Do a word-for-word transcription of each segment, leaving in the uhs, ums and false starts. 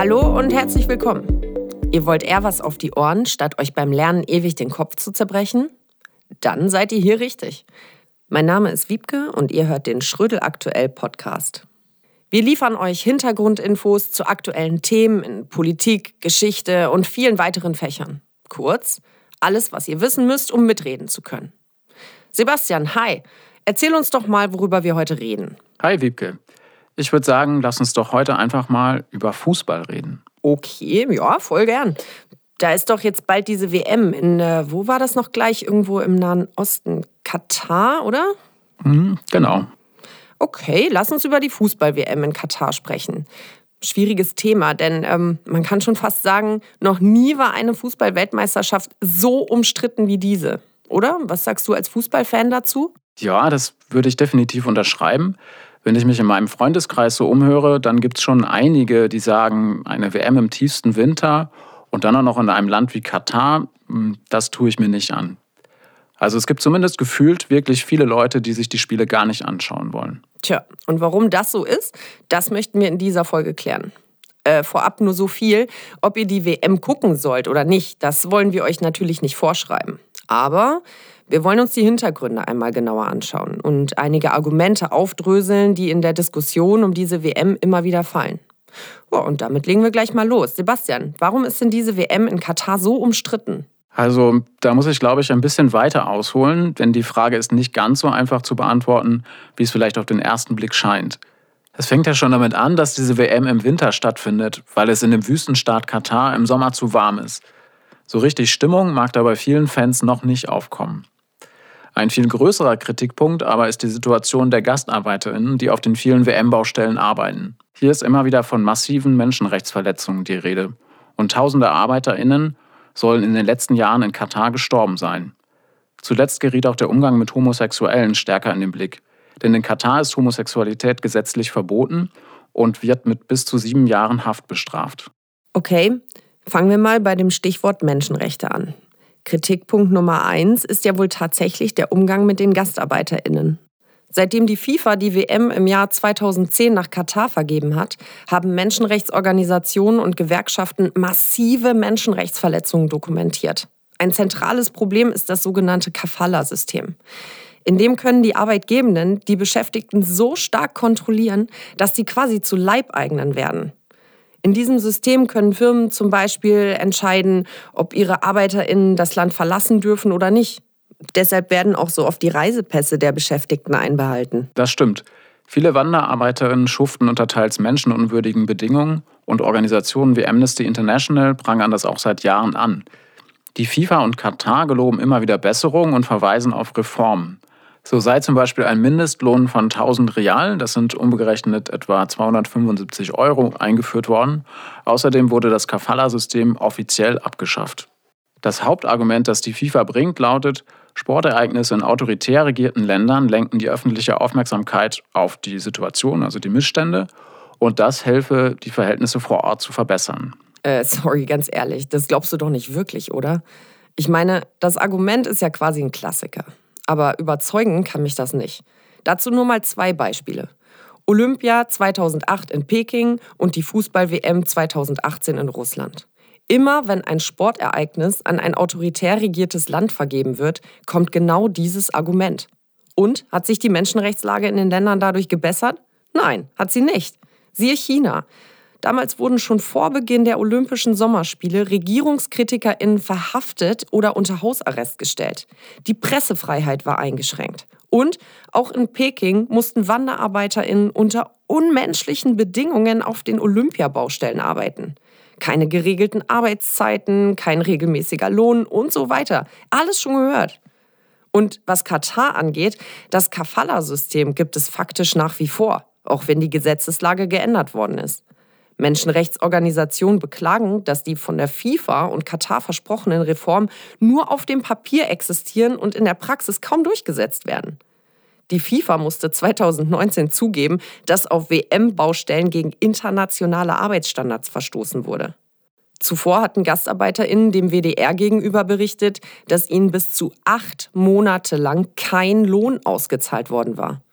Hallo und herzlich willkommen. Ihr wollt eher was auf die Ohren, statt euch beim Lernen ewig den Kopf zu zerbrechen? Dann seid ihr hier richtig. Mein Name ist Wiebke und ihr hört den Schrödel Aktuell Podcast. Wir liefern euch Hintergrundinfos zu aktuellen Themen in Politik, Geschichte und vielen weiteren Fächern. Kurz, alles, was ihr wissen müsst, um mitreden zu können. Sebastian, hi. Erzähl uns doch mal, worüber wir heute reden. Hi Wiebke. Ich würde sagen, lass uns doch heute einfach mal über Fußball reden. Okay, ja, voll gern. Da ist doch jetzt bald diese W M in, äh, wo war das noch gleich? Irgendwo im Nahen Osten. Katar, oder? Mhm, genau. Okay, lass uns über die Fußball-W M in Katar sprechen. Schwieriges Thema, denn ähm, man kann schon fast sagen, noch nie war eine Fußball-Weltmeisterschaft so umstritten wie diese. Oder? Was sagst du als Fußballfan dazu? Ja, das würde ich definitiv unterschreiben. Wenn ich mich in meinem Freundeskreis so umhöre, dann gibt es schon einige, die sagen, eine W M im tiefsten Winter und dann auch noch in einem Land wie Katar, das tue ich mir nicht an. Also es gibt zumindest gefühlt wirklich viele Leute, die sich die Spiele gar nicht anschauen wollen. Tja, und warum das so ist, das möchten wir in dieser Folge klären. Äh, vorab nur so viel, ob ihr die W M gucken sollt oder nicht, das wollen wir euch natürlich nicht vorschreiben. Aber wir wollen uns die Hintergründe einmal genauer anschauen und einige Argumente aufdröseln, die in der Diskussion um diese W M immer wieder fallen. Oh, und damit legen wir gleich mal los. Sebastian, warum ist denn diese W M in Katar so umstritten? Also da muss ich, glaube ich, ein bisschen weiter ausholen, denn die Frage ist nicht ganz so einfach zu beantworten, wie es vielleicht auf den ersten Blick scheint. Es fängt ja schon damit an, dass diese W M im Winter stattfindet, weil es in dem Wüstenstaat Katar im Sommer zu warm ist. So richtig Stimmung mag da bei vielen Fans noch nicht aufkommen. Ein viel größerer Kritikpunkt aber ist die Situation der GastarbeiterInnen, die auf den vielen W M-Baustellen arbeiten. Hier ist immer wieder von massiven Menschenrechtsverletzungen die Rede. Und tausende ArbeiterInnen sollen in den letzten Jahren in Katar gestorben sein. Zuletzt geriet auch der Umgang mit Homosexuellen stärker in den Blick. Denn in Katar ist Homosexualität gesetzlich verboten und wird mit bis zu sieben Jahren Haft bestraft. Okay, fangen wir mal bei dem Stichwort Menschenrechte an. Kritikpunkt Nummer eins ist ja wohl tatsächlich der Umgang mit den GastarbeiterInnen. Seitdem die FIFA die W M im Jahr zweitausendzehn nach Katar vergeben hat, haben Menschenrechtsorganisationen und Gewerkschaften massive Menschenrechtsverletzungen dokumentiert. Ein zentrales Problem ist das sogenannte Kafala-System. In dem können die Arbeitgebenden die Beschäftigten so stark kontrollieren, dass sie quasi zu Leibeigenen werden. In diesem System können Firmen zum Beispiel entscheiden, ob ihre ArbeiterInnen das Land verlassen dürfen oder nicht. Deshalb werden auch so oft die Reisepässe der Beschäftigten einbehalten. Das stimmt. Viele WanderarbeiterInnen schuften unter teils menschenunwürdigen Bedingungen und Organisationen wie Amnesty International prangern das auch seit Jahren an. Die FIFA und Katar geloben immer wieder Besserungen und verweisen auf Reformen. So sei zum Beispiel ein Mindestlohn von tausend Rial, das sind umgerechnet etwa zweihundertfünfundsiebzig Euro, eingeführt worden. Außerdem wurde das Kafala-System offiziell abgeschafft. Das Hauptargument, das die FIFA bringt, lautet, Sportereignisse in autoritär regierten Ländern lenken die öffentliche Aufmerksamkeit auf die Situation, also die Missstände, und das helfe, die Verhältnisse vor Ort zu verbessern. Äh, sorry, ganz ehrlich, das glaubst du doch nicht wirklich, oder? Ich meine, das Argument ist ja quasi ein Klassiker. Aber überzeugen kann mich das nicht. Dazu nur mal zwei Beispiele. Olympia zweitausendacht in Peking und die Fußball-W M zweitausendachtzehn in Russland. Immer wenn ein Sportereignis an ein autoritär regiertes Land vergeben wird, kommt genau dieses Argument. Und hat sich die Menschenrechtslage in den Ländern dadurch gebessert? Nein, hat sie nicht. Siehe China. Damals wurden schon vor Beginn der Olympischen Sommerspiele RegierungskritikerInnen verhaftet oder unter Hausarrest gestellt. Die Pressefreiheit war eingeschränkt. Und auch in Peking mussten WanderarbeiterInnen unter unmenschlichen Bedingungen auf den Olympiabaustellen arbeiten. Keine geregelten Arbeitszeiten, kein regelmäßiger Lohn und so weiter. Alles schon gehört. Und was Katar angeht, das Kafala-System gibt es faktisch nach wie vor, auch wenn die Gesetzeslage geändert worden ist. Menschenrechtsorganisationen beklagen, dass die von der FIFA und Katar versprochenen Reformen nur auf dem Papier existieren und in der Praxis kaum durchgesetzt werden. Die FIFA musste zweitausendneunzehn zugeben, dass auf W M-Baustellen gegen internationale Arbeitsstandards verstoßen wurde. Zuvor hatten GastarbeiterInnen dem W D R gegenüber berichtet, dass ihnen bis zu acht Monate lang kein Lohn ausgezahlt worden war.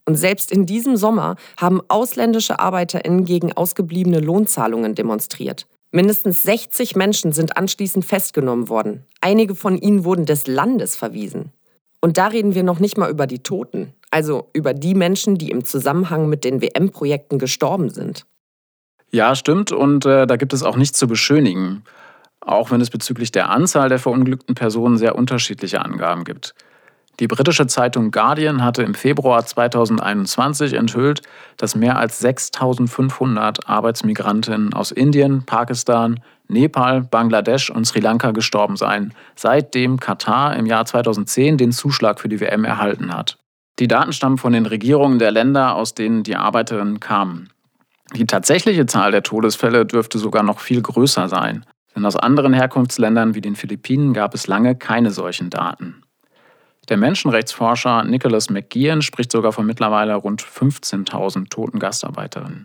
Und selbst in diesem Sommer haben ausländische ArbeiterInnen gegen ausgebliebene Lohnzahlungen demonstriert. Mindestens sechzig Menschen sind anschließend festgenommen worden. Einige von ihnen wurden des Landes verwiesen. Und da reden wir noch nicht mal über die Toten, also über die Menschen, die im Zusammenhang mit den W M-Projekten gestorben sind. Ja, stimmt. Und äh, da gibt es auch nichts zu beschönigen. Auch wenn es bezüglich der Anzahl der verunglückten Personen sehr unterschiedliche Angaben gibt. Die britische Zeitung Guardian hatte im Februar zweitausendeinundzwanzig enthüllt, dass mehr als sechstausendfünfhundert Arbeitsmigrantinnen aus Indien, Pakistan, Nepal, Bangladesch und Sri Lanka gestorben seien, seitdem Katar im Jahr zweitausendzehn den Zuschlag für die W M erhalten hat. Die Daten stammen von den Regierungen der Länder, aus denen die Arbeiterinnen kamen. Die tatsächliche Zahl der Todesfälle dürfte sogar noch viel größer sein, denn aus anderen Herkunftsländern wie den Philippinen gab es lange keine solchen Daten. Der Menschenrechtsforscher Nicholas McGeehan spricht sogar von mittlerweile rund fünfzehntausend toten Gastarbeiterinnen.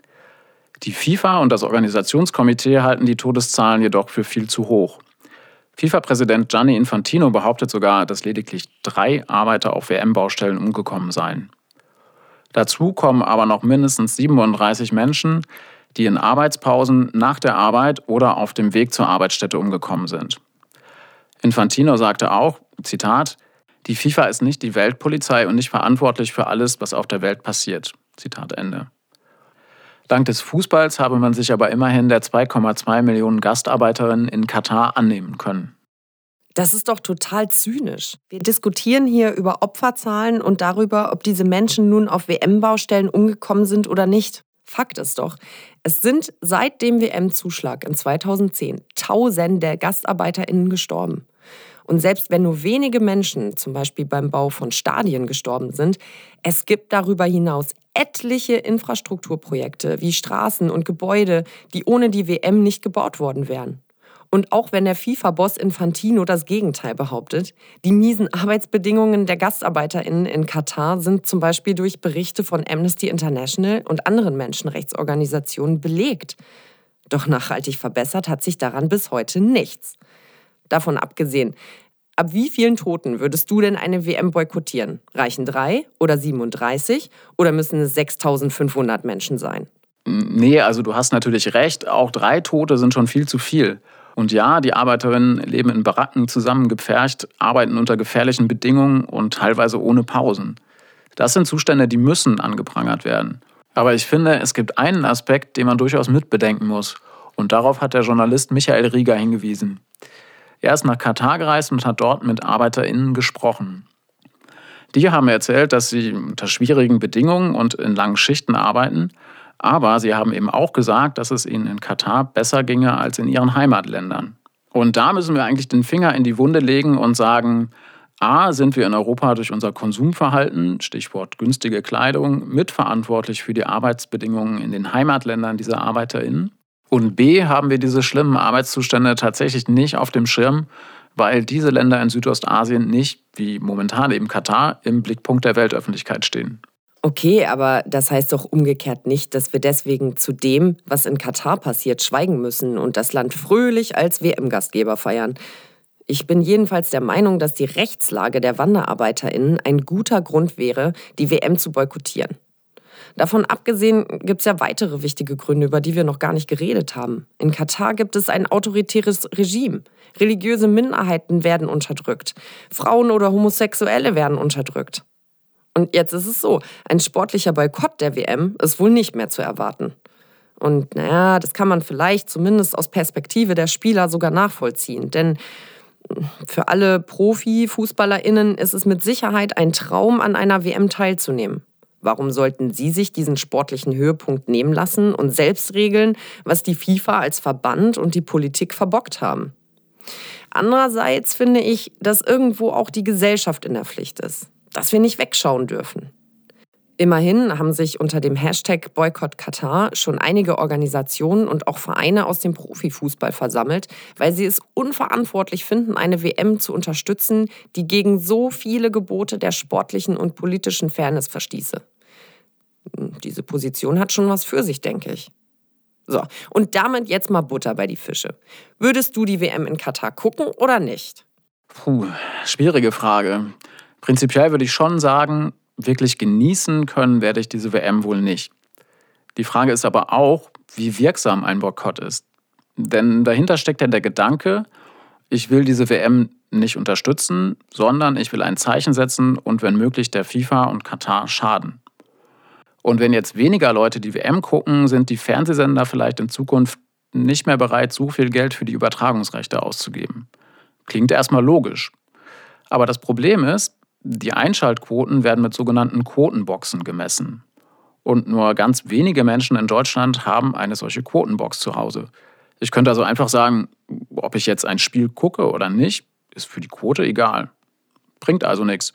Die FIFA und das Organisationskomitee halten die Todeszahlen jedoch für viel zu hoch. FIFA-Präsident Gianni Infantino behauptet sogar, dass lediglich drei Arbeiter auf W M-Baustellen umgekommen seien. Dazu kommen aber noch mindestens siebenunddreißig Menschen, die in Arbeitspausen, nach der Arbeit oder auf dem Weg zur Arbeitsstätte umgekommen sind. Infantino sagte auch, Zitat, die FIFA ist nicht die Weltpolizei und nicht verantwortlich für alles, was auf der Welt passiert. Zitat Ende. Dank des Fußballs habe man sich aber immerhin der zwei Komma zwei Millionen Gastarbeiterinnen in Katar annehmen können. Das ist doch total zynisch. Wir diskutieren hier über Opferzahlen und darüber, ob diese Menschen nun auf W M-Baustellen umgekommen sind oder nicht. Fakt ist doch, es sind seit dem W M-Zuschlag in zweitausendzehn Tausende GastarbeiterInnen gestorben. Und selbst wenn nur wenige Menschen, zum Beispiel beim Bau von Stadien, gestorben sind, es gibt darüber hinaus etliche Infrastrukturprojekte wie Straßen und Gebäude, die ohne die W M nicht gebaut worden wären. Und auch wenn der FIFA-Boss Infantino das Gegenteil behauptet, die miesen Arbeitsbedingungen der GastarbeiterInnen in Katar sind zum Beispiel durch Berichte von Amnesty International und anderen Menschenrechtsorganisationen belegt. Doch nachhaltig verbessert hat sich daran bis heute nichts. Davon abgesehen, ab wie vielen Toten würdest du denn eine W M boykottieren? Reichen drei oder siebenunddreißig oder müssen es sechstausendfünfhundert Menschen sein? Nee, also du hast natürlich recht, auch drei Tote sind schon viel zu viel. Und ja, die Arbeiterinnen leben in Baracken zusammengepfercht, arbeiten unter gefährlichen Bedingungen und teilweise ohne Pausen. Das sind Zustände, die müssen angeprangert werden. Aber ich finde, es gibt einen Aspekt, den man durchaus mitbedenken muss. Und darauf hat der Journalist Michael Rieger hingewiesen. Er ist nach Katar gereist und hat dort mit ArbeiterInnen gesprochen. Die haben erzählt, dass sie unter schwierigen Bedingungen und in langen Schichten arbeiten. Aber sie haben eben auch gesagt, dass es ihnen in Katar besser ginge als in ihren Heimatländern. Und da müssen wir eigentlich den Finger in die Wunde legen und sagen, A, sind wir in Europa durch unser Konsumverhalten, Stichwort günstige Kleidung, mitverantwortlich für die Arbeitsbedingungen in den Heimatländern dieser ArbeiterInnen. Und B, haben wir diese schlimmen Arbeitszustände tatsächlich nicht auf dem Schirm, weil diese Länder in Südostasien nicht, wie momentan eben Katar, im Blickpunkt der Weltöffentlichkeit stehen. Okay, aber das heißt doch umgekehrt nicht, dass wir deswegen zu dem, was in Katar passiert, schweigen müssen und das Land fröhlich als W M-Gastgeber feiern. Ich bin jedenfalls der Meinung, dass die Rechtslage der WanderarbeiterInnen ein guter Grund wäre, die W M zu boykottieren. Davon abgesehen gibt es ja weitere wichtige Gründe, über die wir noch gar nicht geredet haben. In Katar gibt es ein autoritäres Regime. Religiöse Minderheiten werden unterdrückt. Frauen oder Homosexuelle werden unterdrückt. Und jetzt ist es so, ein sportlicher Boykott der W M ist wohl nicht mehr zu erwarten. Und naja, das kann man vielleicht zumindest aus Perspektive der Spieler sogar nachvollziehen. Denn für alle Profi-FußballerInnen ist es mit Sicherheit ein Traum, an einer W M teilzunehmen. Warum sollten sie sich diesen sportlichen Höhepunkt nehmen lassen und selbst regeln, was die FIFA als Verband und die Politik verbockt haben? Andererseits finde ich, dass irgendwo auch die Gesellschaft in der Pflicht ist, dass wir nicht wegschauen dürfen. Immerhin haben sich unter dem Hashtag Boykott Katar schon einige Organisationen und auch Vereine aus dem Profifußball versammelt, weil sie es unverantwortlich finden, eine W M zu unterstützen, die gegen so viele Gebote der sportlichen und politischen Fairness verstieße. Diese Position hat schon was für sich, denke ich. So, und damit jetzt mal Butter bei die Fische. Würdest du die W M in Katar gucken oder nicht? Puh, schwierige Frage. Prinzipiell würde ich schon sagen, wirklich genießen können werde ich diese W M wohl nicht. Die Frage ist aber auch, wie wirksam ein Boykott ist. Denn dahinter steckt ja der Gedanke, ich will diese W M nicht unterstützen, sondern ich will ein Zeichen setzen und wenn möglich der FIFA und Katar schaden. Und wenn jetzt weniger Leute die W M gucken, sind die Fernsehsender vielleicht in Zukunft nicht mehr bereit, so viel Geld für die Übertragungsrechte auszugeben. Klingt erstmal logisch. Aber das Problem ist, die Einschaltquoten werden mit sogenannten Quotenboxen gemessen. Und nur ganz wenige Menschen in Deutschland haben eine solche Quotenbox zu Hause. Ich könnte also einfach sagen, ob ich jetzt ein Spiel gucke oder nicht, ist für die Quote egal. Bringt also nichts.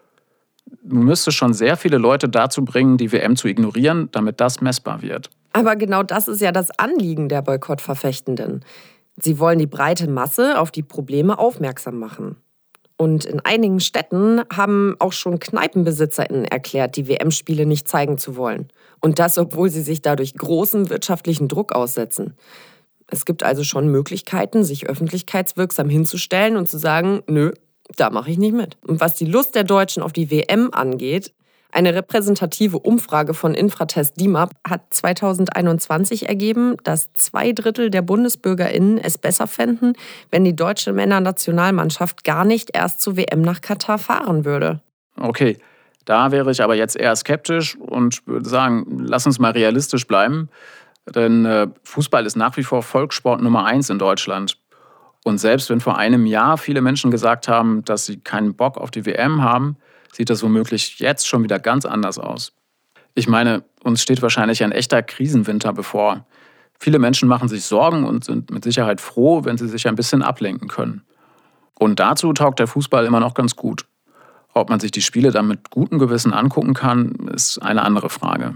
Du müsstest schon sehr viele Leute dazu bringen, die W M zu ignorieren, damit das messbar wird. Aber genau das ist ja das Anliegen der Boykottverfechtenden. Sie wollen die breite Masse auf die Probleme aufmerksam machen. Und in einigen Städten haben auch schon KneipenbesitzerInnen erklärt, die W M-Spiele nicht zeigen zu wollen. Und das, obwohl sie sich dadurch großen wirtschaftlichen Druck aussetzen. Es gibt also schon Möglichkeiten, sich öffentlichkeitswirksam hinzustellen und zu sagen, nö, da mache ich nicht mit. Und was die Lust der Deutschen auf die W M angeht, eine repräsentative Umfrage von Infratest D I M A P hat zweitausendeinundzwanzig ergeben, dass zwei Drittel der BundesbürgerInnen es besser fänden, wenn die deutsche Männernationalmannschaft gar nicht erst zur W M nach Katar fahren würde. Okay, da wäre ich aber jetzt eher skeptisch und würde sagen, lass uns mal realistisch bleiben. Denn äh, Fußball ist nach wie vor Volkssport Nummer eins in Deutschland. Und selbst wenn vor einem Jahr viele Menschen gesagt haben, dass sie keinen Bock auf die W M haben, sieht das womöglich jetzt schon wieder ganz anders aus. Ich meine, uns steht wahrscheinlich ein echter Krisenwinter bevor. Viele Menschen machen sich Sorgen und sind mit Sicherheit froh, wenn sie sich ein bisschen ablenken können. Und dazu taugt der Fußball immer noch ganz gut. Ob man sich die Spiele dann mit gutem Gewissen angucken kann, ist eine andere Frage.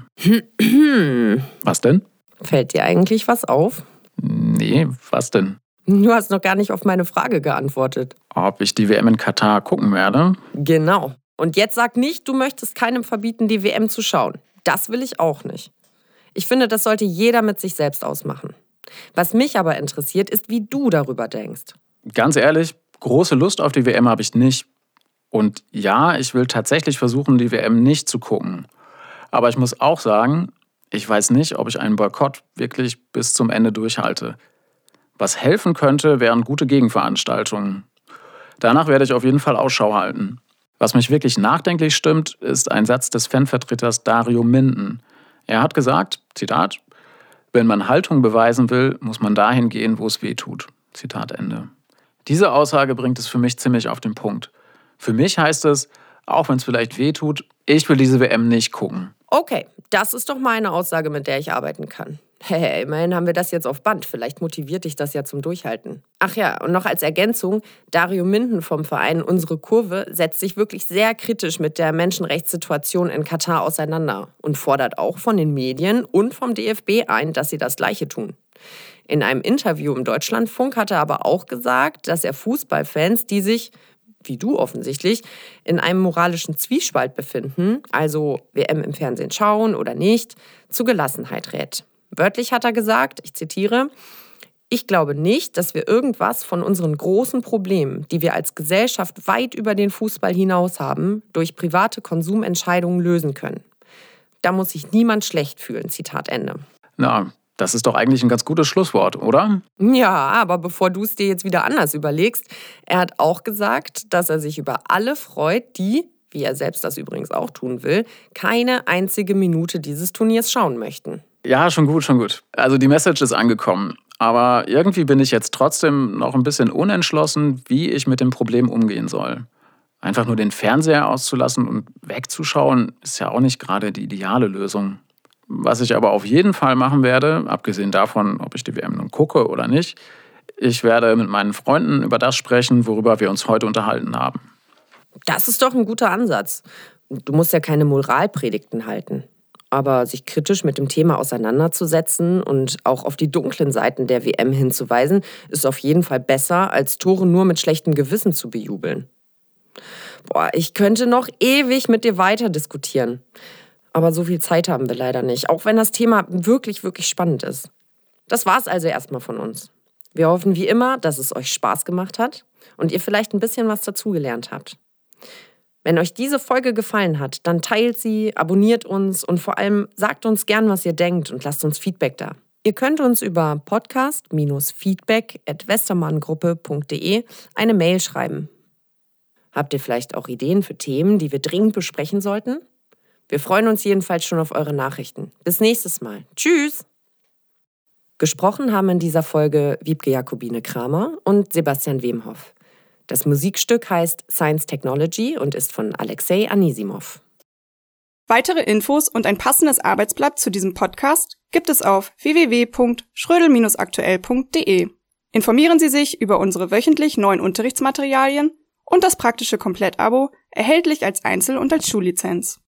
Was denn? Fällt dir eigentlich was auf? Nee, was denn? Du hast noch gar nicht auf meine Frage geantwortet. Ob ich die W M in Katar gucken werde? Genau. Und jetzt sag nicht, du möchtest keinem verbieten, die W M zu schauen. Das will ich auch nicht. Ich finde, das sollte jeder mit sich selbst ausmachen. Was mich aber interessiert, ist, wie du darüber denkst. Ganz ehrlich, große Lust auf die W M habe ich nicht. Und ja, ich will tatsächlich versuchen, die W M nicht zu gucken. Aber ich muss auch sagen, ich weiß nicht, ob ich einen Boykott wirklich bis zum Ende durchhalte. Was helfen könnte, wären gute Gegenveranstaltungen. Danach werde ich auf jeden Fall Ausschau halten. Was mich wirklich nachdenklich stimmt, ist ein Satz des Fanvertreters Dario Minden. Er hat gesagt, Zitat, wenn man Haltung beweisen will, muss man dahin gehen, wo es weh tut. Zitat Ende. Diese Aussage bringt es für mich ziemlich auf den Punkt. Für mich heißt es, auch wenn es vielleicht weh tut, ich will diese W M nicht gucken. Okay, das ist doch meine Aussage, mit der ich arbeiten kann. Hey, immerhin haben wir das jetzt auf Band. Vielleicht motiviert dich das ja zum Durchhalten. Ach ja, und noch als Ergänzung, Dario Minden vom Verein Unsere Kurve setzt sich wirklich sehr kritisch mit der Menschenrechtssituation in Katar auseinander und fordert auch von den Medien und vom D F B ein, dass sie das Gleiche tun. In einem Interview im Deutschlandfunk hat er aber auch gesagt, dass er Fußballfans, die sich, wie du offensichtlich, in einem moralischen Zwiespalt befinden, also W M im Fernsehen schauen oder nicht, zu Gelassenheit rät. Wörtlich hat er gesagt, ich zitiere, ich glaube nicht, dass wir irgendwas von unseren großen Problemen, die wir als Gesellschaft weit über den Fußball hinaus haben, durch private Konsumentscheidungen lösen können. Da muss sich niemand schlecht fühlen, Zitat Ende. Na, das ist doch eigentlich ein ganz gutes Schlusswort, oder? Ja, aber bevor du es dir jetzt wieder anders überlegst, er hat auch gesagt, dass er sich über alle freut, die, wie er selbst das übrigens auch tun will, keine einzige Minute dieses Turniers schauen möchten. Ja, schon gut, schon gut. Also die Message ist angekommen. Aber irgendwie bin ich jetzt trotzdem noch ein bisschen unentschlossen, wie ich mit dem Problem umgehen soll. Einfach nur den Fernseher auszulassen und wegzuschauen, ist ja auch nicht gerade die ideale Lösung. Was ich aber auf jeden Fall machen werde, abgesehen davon, ob ich die W M nun gucke oder nicht, ich werde mit meinen Freunden über das sprechen, worüber wir uns heute unterhalten haben. Das ist doch ein guter Ansatz. Du musst ja keine Moralpredigten halten. Aber sich kritisch mit dem Thema auseinanderzusetzen und auch auf die dunklen Seiten der W M hinzuweisen, ist auf jeden Fall besser, als Tore nur mit schlechtem Gewissen zu bejubeln. Boah, ich könnte noch ewig mit dir weiter diskutieren. Aber so viel Zeit haben wir leider nicht, auch wenn das Thema wirklich, wirklich spannend ist. Das war's also erstmal von uns. Wir hoffen wie immer, dass es euch Spaß gemacht hat und ihr vielleicht ein bisschen was dazugelernt habt. Wenn euch diese Folge gefallen hat, dann teilt sie, abonniert uns und vor allem sagt uns gern, was ihr denkt und lasst uns Feedback da. Ihr könnt uns über podcast feedback at westermanngruppe punkt de eine Mail schreiben. Habt ihr vielleicht auch Ideen für Themen, die wir dringend besprechen sollten? Wir freuen uns jedenfalls schon auf eure Nachrichten. Bis nächstes Mal. Tschüss! Gesprochen haben in dieser Folge Wiebke Jakobine Kramer und Sebastian Wemhoff. Das Musikstück heißt Science Technology und ist von Alexei Anisimov. Weitere Infos und ein passendes Arbeitsblatt zu diesem Podcast gibt es auf w w w punkt schrödel Bindestrich aktuell punkt de. Informieren Sie sich über unsere wöchentlich neuen Unterrichtsmaterialien und das praktische Komplettabo, erhältlich als Einzel- und als Schullizenz.